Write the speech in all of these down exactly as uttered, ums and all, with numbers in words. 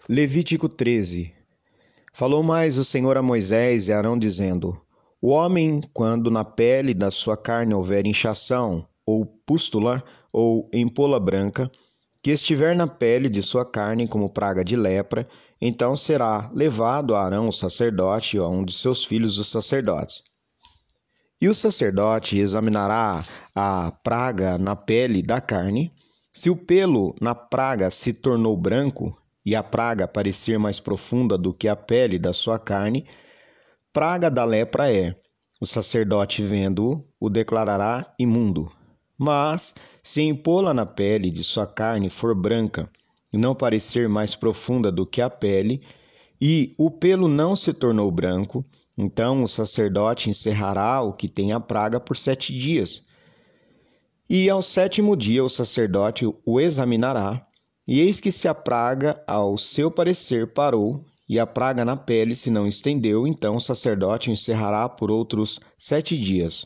Levítico treze. Falou mais o Senhor a Moisés e a Arão, dizendo: O homem, quando na pele da sua carne houver inchação, ou pústula, ou empola branca, que estiver na pele de sua carne como praga de lepra, então será levado a Arão o sacerdote ou a um de seus filhos os sacerdotes. E o sacerdote examinará a praga na pele da carne. Se o pelo na praga se tornou branco, e a praga parecer mais profunda do que a pele da sua carne, praga da lepra é. O sacerdote, vendo-o, o declarará imundo. Mas, se empola na pele de sua carne for branca, e não parecer mais profunda do que a pele, e o pelo não se tornou branco, então o sacerdote encerrará o que tem a praga por sete dias. E ao sétimo dia o sacerdote o examinará, e eis que se a praga, ao seu parecer, parou, e a praga na pele se não estendeu, então o sacerdote o encerrará por outros sete dias.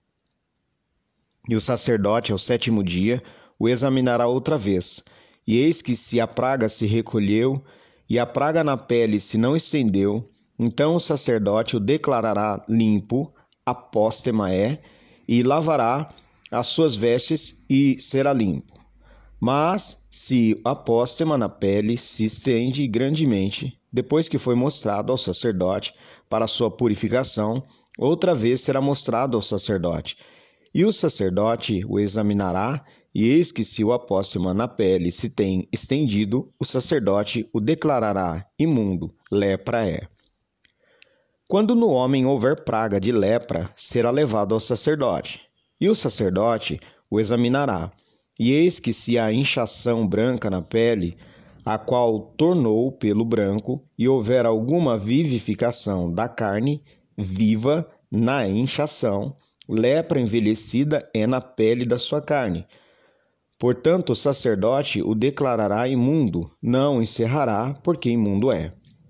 E o sacerdote, ao sétimo dia, o examinará outra vez, e eis que se a praga se recolheu, e a praga na pele se não estendeu, então o sacerdote o declarará limpo, apóstema é, e lavará as suas vestes e será limpo. Mas, se a apóstema na pele se estende grandemente, depois que foi mostrado ao sacerdote para sua purificação, outra vez será mostrado ao sacerdote. E o sacerdote o examinará, e eis que se o apóstema na pele se tem estendido, o sacerdote o declarará imundo, lepra é. Quando no homem houver praga de lepra, será levado ao sacerdote, e o sacerdote o examinará. E eis que se há inchação branca na pele, a qual tornou o pelo branco, e houver alguma vivificação da carne viva na inchação, lepra envelhecida é na pele da sua carne. Portanto, o sacerdote o declarará imundo, não o encerrará, porque imundo é.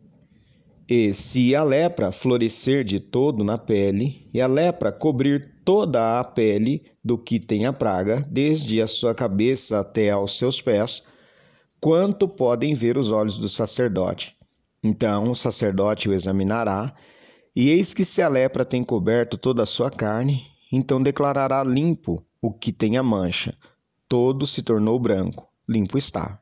E se a lepra florescer de todo na pele, e a lepra cobrir toda a pele do que tem a praga, desde a sua cabeça até aos seus pés, quanto podem ver os olhos do sacerdote. Então o sacerdote o examinará, e eis que se a lepra tem coberto toda a sua carne, então declarará limpo o que tem a mancha. Todo se tornou branco, limpo está.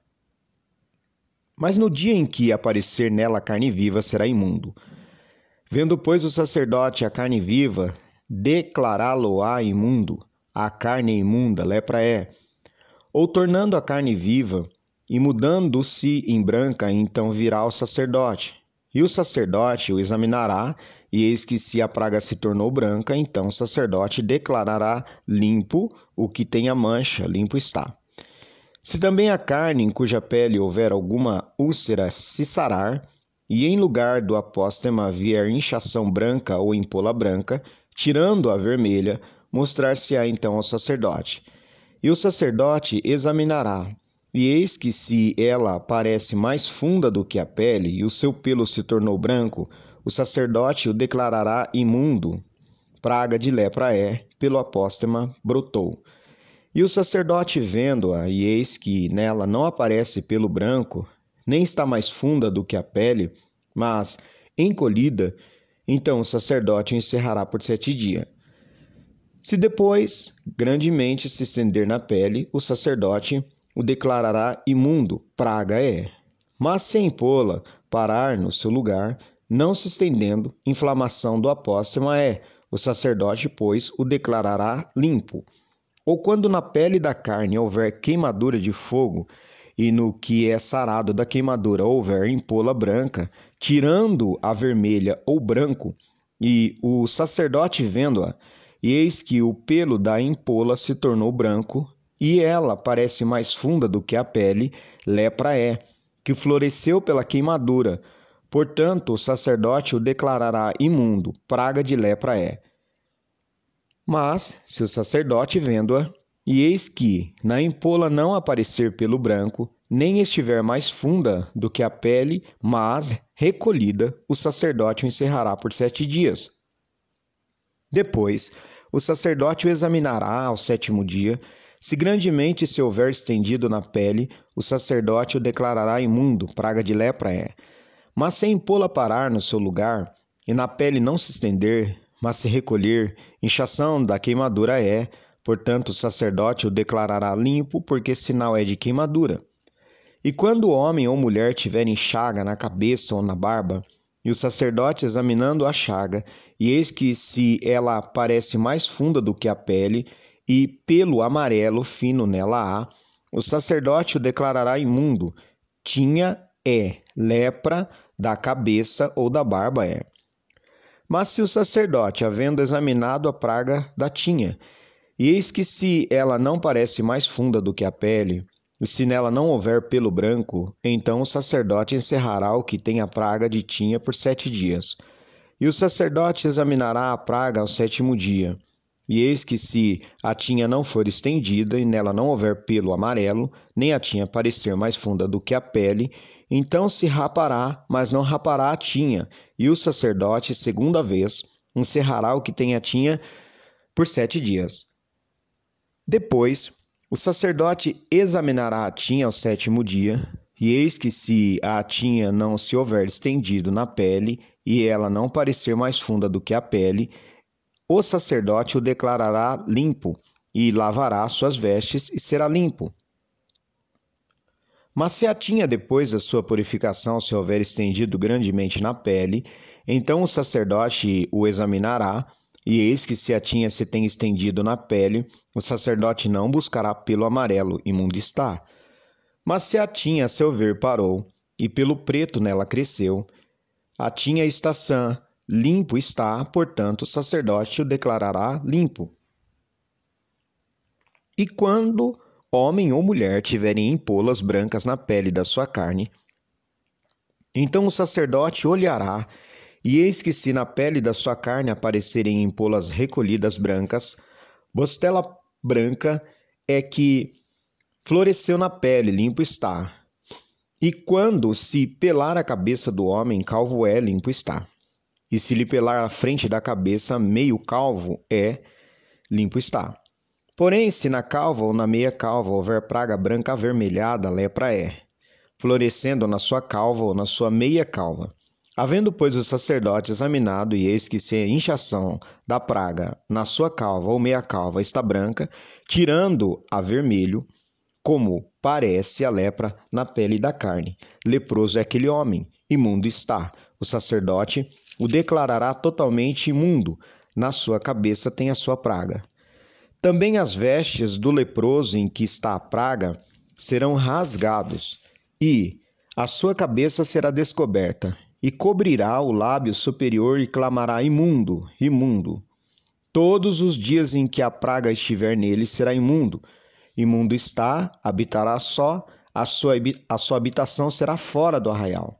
Mas no dia em que aparecer nela a carne viva, será imundo. Vendo, pois, o sacerdote a carne viva, declará-lo-á imundo. A carne é imunda, lepra é. Ou tornando a carne viva, e mudando-se em branca, então virá ao sacerdote. E o sacerdote o examinará, e eis que se a praga se tornou branca, então o sacerdote declarará limpo o que tem a mancha, limpo está. Se também a carne em cuja pele houver alguma úlcera se sarar, e em lugar do apóstema vier inchação branca ou empola branca, tirando a vermelha, mostrar-se-á então ao sacerdote. E o sacerdote examinará, e eis que se ela parece mais funda do que a pele, e o seu pelo se tornou branco, o sacerdote o declarará imundo. Praga de lepra é, pelo apóstema brotou. E o sacerdote vendo-a, e eis que nela não aparece pelo branco, nem está mais funda do que a pele, mas encolhida, então o sacerdote o encerrará por sete dias. Se depois grandemente se estender na pele, o sacerdote o declarará imundo, praga é. Mas se empola parar no seu lugar, não se estendendo, inflamação do apóstema é. O sacerdote, pois, o declarará limpo. Ou quando na pele da carne houver queimadura de fogo, e no que é sarado da queimadura houver empola branca, tirando a vermelha ou branco, e o sacerdote vendo-a, e eis que o pelo da empola se tornou branco, e ela parece mais funda do que a pele, lepra é, que floresceu pela queimadura. Portanto, o sacerdote o declarará imundo, praga de lepra é. Mas, se o sacerdote vendo-a, e eis que na empola não aparecer pelo branco, nem estiver mais funda do que a pele, mas recolhida, o sacerdote o encerrará por sete dias. Depois, o sacerdote o examinará ao sétimo dia. Se grandemente se houver estendido na pele, o sacerdote o declarará imundo, praga de lepra é. Mas se impô-la parar no seu lugar, e na pele não se estender, mas se recolher, inchação da queimadura é, portanto o sacerdote o declarará limpo, porque sinal é de queimadura. E quando homem ou mulher tiver chaga na cabeça ou na barba, e o sacerdote examinando a chaga, e eis que se ela parece mais funda do que a pele, e pelo amarelo fino nela há, o sacerdote o declarará imundo, tinha é, lepra da cabeça ou da barba é. Mas se o sacerdote, havendo examinado a praga da tinha, e eis que se ela não parece mais funda do que a pele, e se nela não houver pelo branco, então o sacerdote encerrará o que tem a praga de tinha por sete dias. E o sacerdote examinará a praga ao sétimo dia. E eis que se a tinha não for estendida, e nela não houver pelo amarelo, nem a tinha parecer mais funda do que a pele, então se rapará, mas não rapará a tinha, e o sacerdote, segunda vez, encerrará o que tem a tinha por sete dias. Depois, o sacerdote examinará a tinha ao sétimo dia, e eis que se a tinha não se houver estendido na pele, e ela não parecer mais funda do que a pele, o sacerdote o declarará limpo, e lavará suas vestes, e será limpo. Mas se a tinha depois da sua purificação se houver estendido grandemente na pele, então o sacerdote o examinará, e eis que se a tinha se tem estendido na pele, o sacerdote não buscará pelo amarelo, imundo está. Mas se a tinha a seu ver parou, e pelo preto nela cresceu, a tinha está sã, limpo está, portanto o sacerdote o declarará limpo. E quando homem ou mulher tiverem empolas brancas na pele da sua carne, então o sacerdote olhará, e eis que se na pele da sua carne aparecerem empolas recolhidas brancas, bostela branca é que floresceu na pele, limpo está. E quando se pelar a cabeça do homem, calvo é, limpo está. E se lhe pelar a frente da cabeça, meio calvo é, limpo está. Porém, se na calva ou na meia calva houver praga branca avermelhada, lepra é, florescendo na sua calva ou na sua meia calva. Havendo, pois, o sacerdote examinado, e eis que se a inchação da praga na sua calva ou meia calva está branca, tirando a vermelho, como parece a lepra na pele da carne. Leproso é aquele homem, imundo está. O sacerdote o declarará totalmente imundo, na sua cabeça tem a sua praga. Também as vestes do leproso em que está a praga serão rasgados, e a sua cabeça será descoberta, e cobrirá o lábio superior e clamará imundo, imundo. Todos os dias em que a praga estiver nele será imundo. Imundo está, habitará só, a sua, a sua habitação será fora do arraial.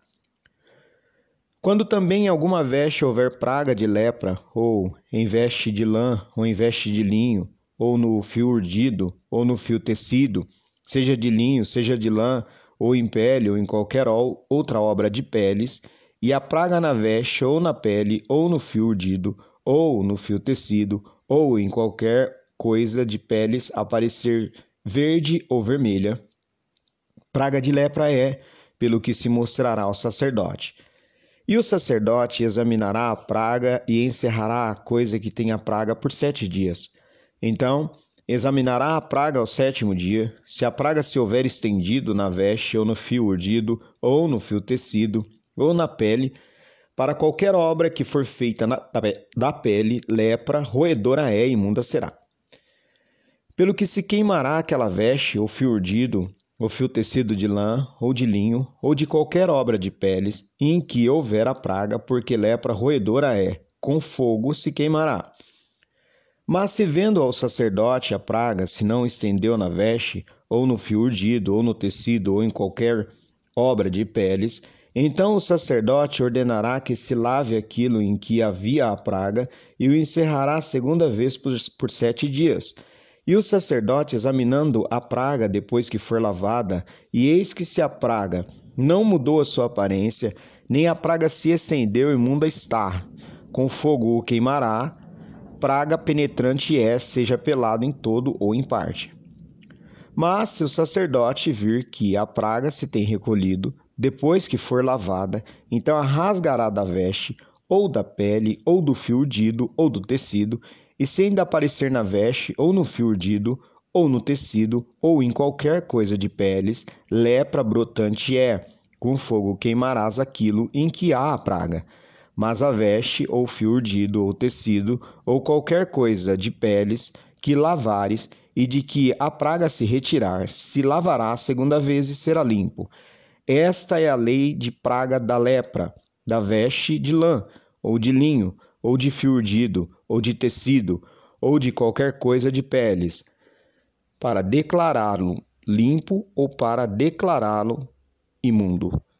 Quando também em alguma veste houver praga de lepra, ou em veste de lã, ou em veste de linho, ou no fio urdido, ou no fio tecido, seja de linho, seja de lã, ou em pele, ou em qualquer outra obra de peles, e a praga na veste, ou na pele, ou no fio urdido, ou no fio tecido, ou em qualquer coisa de peles aparecer verde ou vermelha, praga de lepra é, pelo que se mostrará ao sacerdote. E o sacerdote examinará a praga e encerrará a coisa que tem a praga por sete dias. Então, examinará a praga ao sétimo dia, se a praga se houver estendido na veste, ou no fio urdido, ou no fio tecido, ou na pele, para qualquer obra que for feita na, da pele, lepra, roedora é, imunda será. Pelo que se queimará aquela veste, ou fio urdido, ou fio tecido de lã, ou de linho, ou de qualquer obra de peles, em que houver a praga, porque lepra roedora é, com fogo se queimará. Mas se vendo ao sacerdote a praga se não estendeu na veste, ou no fio urdido, ou no tecido, ou em qualquer obra de peles, então o sacerdote ordenará que se lave aquilo em que havia a praga, e o encerrará a segunda vez por, por sete dias. E o sacerdote, examinando a praga depois que for lavada, e eis que se a praga não mudou a sua aparência, nem a praga se estendeu, imunda está, com fogo o queimará, praga penetrante é, seja pelado em todo ou em parte. Mas se o sacerdote vir que a praga se tem recolhido, depois que for lavada, então a rasgará da veste, ou da pele, ou do fio urdido, ou do tecido, e se ainda aparecer na veste, ou no fio urdido, ou no tecido, ou em qualquer coisa de peles, lepra brotante é. Com fogo queimarás aquilo em que há a praga. Mas a veste, ou fio urdido, ou tecido, ou qualquer coisa de peles, que lavares, e de que a praga se retirar, se lavará a segunda vez e será limpo. Esta é a lei de praga da lepra, da veste de lã, ou de linho, ou de fio urdido, ou de tecido, ou de qualquer coisa de peles, para declará-lo limpo ou para declará-lo imundo.